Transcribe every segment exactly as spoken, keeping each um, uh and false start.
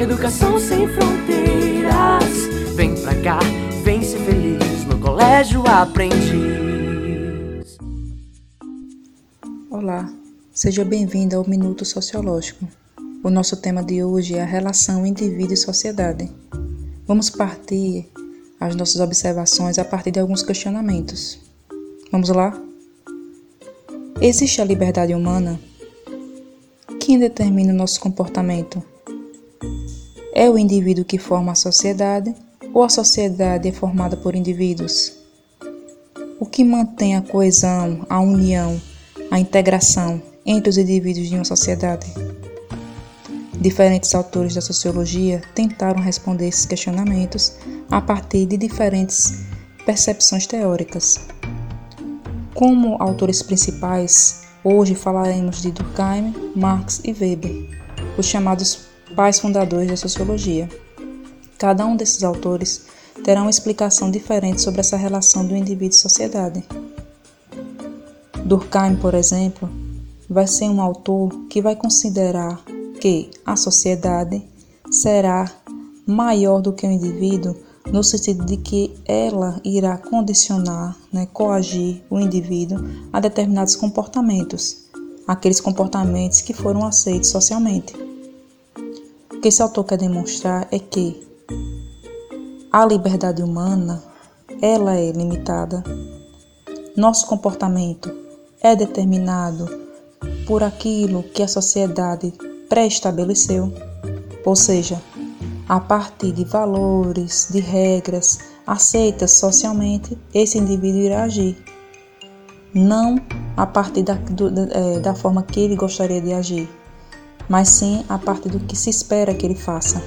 educação sem fronteiras. Vem pra cá, vem ser feliz no Colégio Aprendiz. Olá, seja bem-vindo ao Minuto Sociológico. O nosso tema de hoje é a relação indivíduo e sociedade. Vamos partir as nossas observações a partir de alguns questionamentos. Vamos lá? Existe a liberdade humana? Quem determina o nosso comportamento? É o indivíduo que forma a sociedade ou a sociedade é formada por indivíduos? O que mantém a coesão, a união, a integração entre os indivíduos de uma sociedade? Diferentes autores da sociologia tentaram responder esses questionamentos a partir de diferentes percepções teóricas. Como autores principais, hoje falaremos de Durkheim, Marx e Weber, os chamados pais fundadores da sociologia. Cada um desses autores terá uma explicação diferente sobre essa relação do indivíduo e sociedade. Durkheim, por exemplo, vai ser um autor que vai considerar que a sociedade será maior do que o indivíduo, no sentido de que ela irá condicionar, né, coagir o indivíduo a determinados comportamentos, aqueles comportamentos que foram aceitos socialmente. O que esse autor quer demonstrar é que a liberdade humana, ela é limitada. Nosso comportamento é determinado por aquilo que a sociedade pré-estabeleceu, ou seja, a partir de valores, de regras aceitas socialmente, esse indivíduo irá agir. Não a partir da, do, da, da forma que ele gostaria de agir, mas sim a partir do que se espera que ele faça.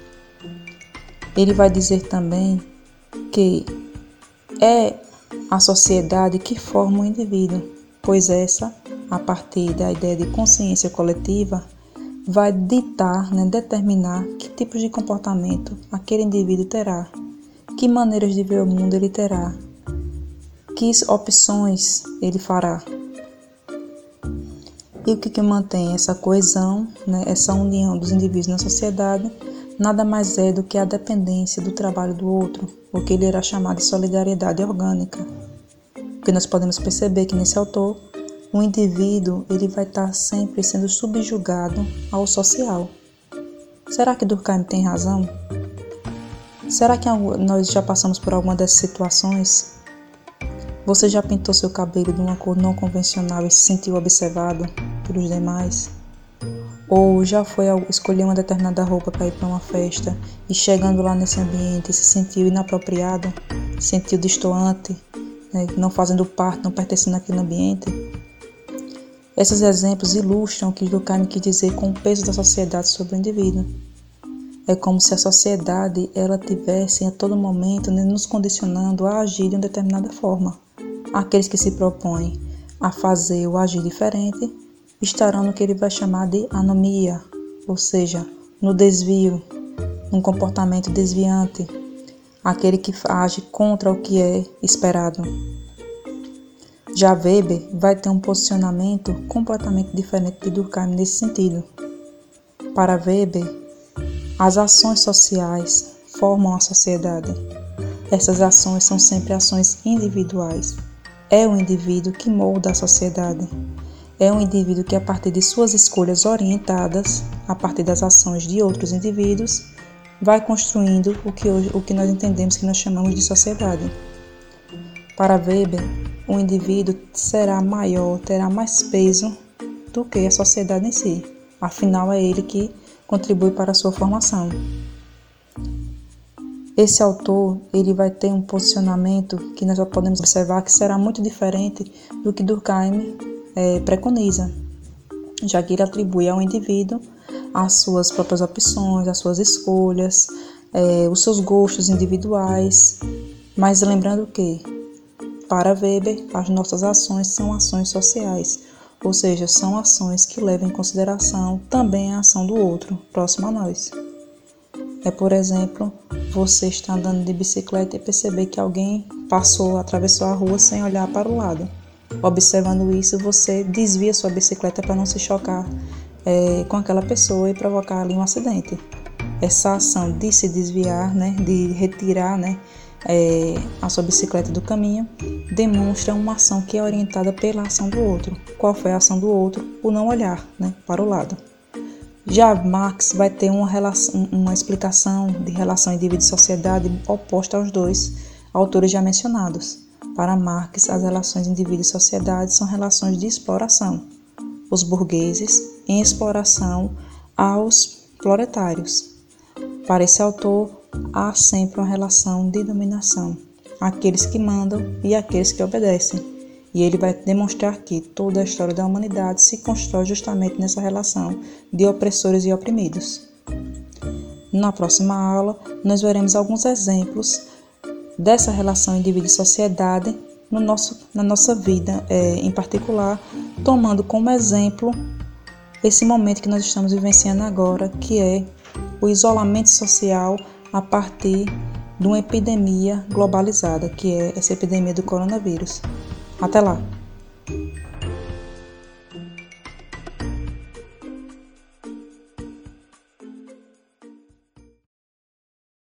Ele vai dizer também que é a sociedade que forma o indivíduo, pois essa, a partir da ideia de consciência coletiva, vai ditar, né, determinar que tipos de comportamento aquele indivíduo terá, que maneiras de ver o mundo ele terá, que opções ele fará. E o que, que mantém essa coesão, né, essa união dos indivíduos na sociedade, nada mais é do que a dependência do trabalho do outro, o que ele irá chamar de solidariedade orgânica. Porque nós podemos perceber que nesse autor, o indivíduo ele vai estar sempre sendo subjugado ao social. Será que Durkheim tem razão? Será que nós já passamos por alguma dessas situações? Você já pintou seu cabelo de uma cor não convencional e se sentiu observado pelos demais? Ou já foi escolher uma determinada roupa para ir para uma festa e chegando lá nesse ambiente se sentiu inapropriado, se sentiu destoante, né, não fazendo parte, não pertencendo àquele ambiente? Esses exemplos ilustram o que Durkheim quis dizer com o peso da sociedade sobre o indivíduo. É como se a sociedade ela tivesse a todo momento, né, nos condicionando a agir de uma determinada forma. Aqueles que se propõem a fazer ou agir diferente estarão no que ele vai chamar de anomia, ou seja, no desvio, num comportamento desviante, aquele que age contra o que é esperado. Já Weber vai ter um posicionamento completamente diferente de Durkheim nesse sentido. Para Weber, as ações sociais formam a sociedade. Essas ações são sempre ações individuais. É o indivíduo que molda a sociedade. É um indivíduo que, a partir de suas escolhas orientadas, a partir das ações de outros indivíduos, vai construindo o que, hoje, o que nós entendemos que nós chamamos de sociedade. Para Weber, o indivíduo será maior, terá mais peso do que a sociedade em si. Afinal, é ele que contribui para a sua formação. Esse autor ele vai ter um posicionamento que nós já podemos observar que será muito diferente do que Durkheim é, preconiza, já que ele atribui ao indivíduo as suas próprias opções, as suas escolhas, é, os seus gostos individuais, mas lembrando que, para Weber, as nossas ações são ações sociais, ou seja, são ações que levam em consideração também a ação do outro, próximo a nós. É, por exemplo, você está andando de bicicleta e perceber que alguém passou, atravessou a rua sem olhar para o lado. Observando isso, você desvia sua bicicleta para não se chocar é, com aquela pessoa e provocar ali um acidente. essa ação de se desviar, né, de retirar, né, é, a sua bicicleta do caminho, demonstra uma ação que é orientada pela ação do outro. Qual foi a ação do outro? O não olhar, né, para o lado. Já Marx vai ter uma, relação, uma explicação de relação indivíduo e sociedade oposta aos dois autores já mencionados. Para Marx, as relações indivíduo e sociedade são relações de exploração. Os burgueses em exploração aos proletários. Para esse autor, há sempre uma relação de dominação, aqueles que mandam e aqueles que obedecem. E ele vai demonstrar que toda a história da humanidade se constrói justamente nessa relação de opressores e oprimidos. Na próxima aula, nós veremos alguns exemplos dessa relação indivíduo e sociedade no nosso, na nossa vida, é, em particular, tomando como exemplo esse momento que nós estamos vivenciando agora, que é o isolamento social a partir de uma epidemia globalizada, que é essa epidemia do coronavírus. Até lá!